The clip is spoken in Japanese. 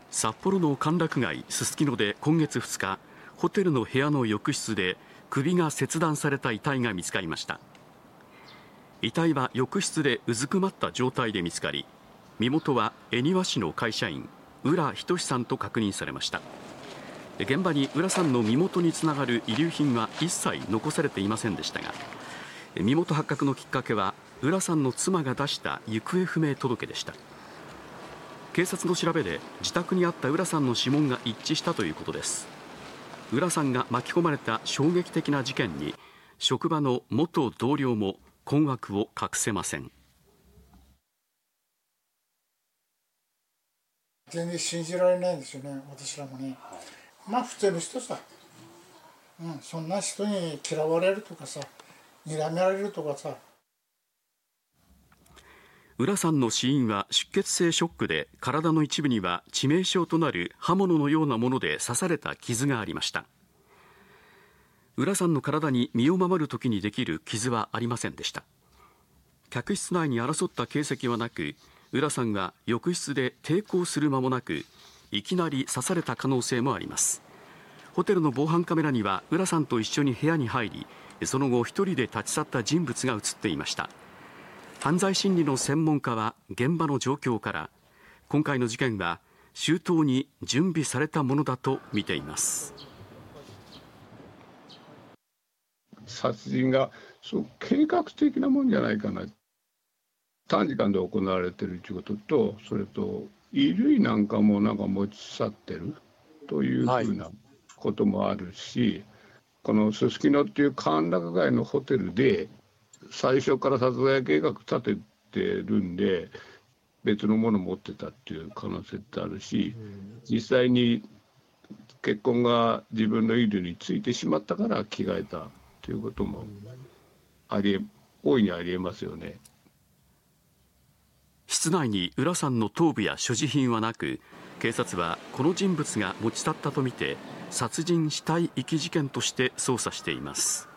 札幌の歓楽街すすきので今月2日、ホテルの部屋の浴室で首が切断された遺体が見つかりました。遺体は浴室でうずくまった状態で見つかり、身元は恵庭市の会社員浦仁さんと確認されました。現場に浦さんの身元につながる遺留品は一切残されていませんでしたが、身元発覚のきっかけは浦さんの妻が出した行方不明届でした。警察の調べで自宅にあった浦さんの指紋が一致したということです。浦さんが巻き込まれた衝撃的な事件に職場の元同僚も困惑を隠せません。 全然信じられないですよね、私らもね。まあ普通の人さ、そんな人に嫌われるとかさ、睨められるとかさ。 浦さんの死因は出血性ショックで、体の一部には致命傷となる刃物のようなもので刺された傷がありました。浦さんの体に身を守るときにできる傷はありませんでした。客室内に争った形跡はなく、浦さんは浴室で抵抗する間もなく、いきなり刺された可能性もあります。ホテルの防犯カメラには浦さんと一緒に部屋に入り、その後一人で立ち去った人物が映っていました。犯罪心理の専門家は現場の状況から今回の事件は周到に準備されたものだと見ています。 殺人が計画的なもんじゃないかな。短時間で行われているということと、それと衣類なんかも持ち去ってるというふうなこともあるし、このすすきのっていう歓楽街のホテルで最初から殺害計画立ててるんで、別のもの持ってたっていう可能性ってあるし、実際に血痕が自分の衣類についてしまったから着替えたということも大いにありえますよね。 室内に浦さんの頭部や所持品はなく、警察はこの人物が持ち去ったとみて殺人死体遺棄事件として捜査しています。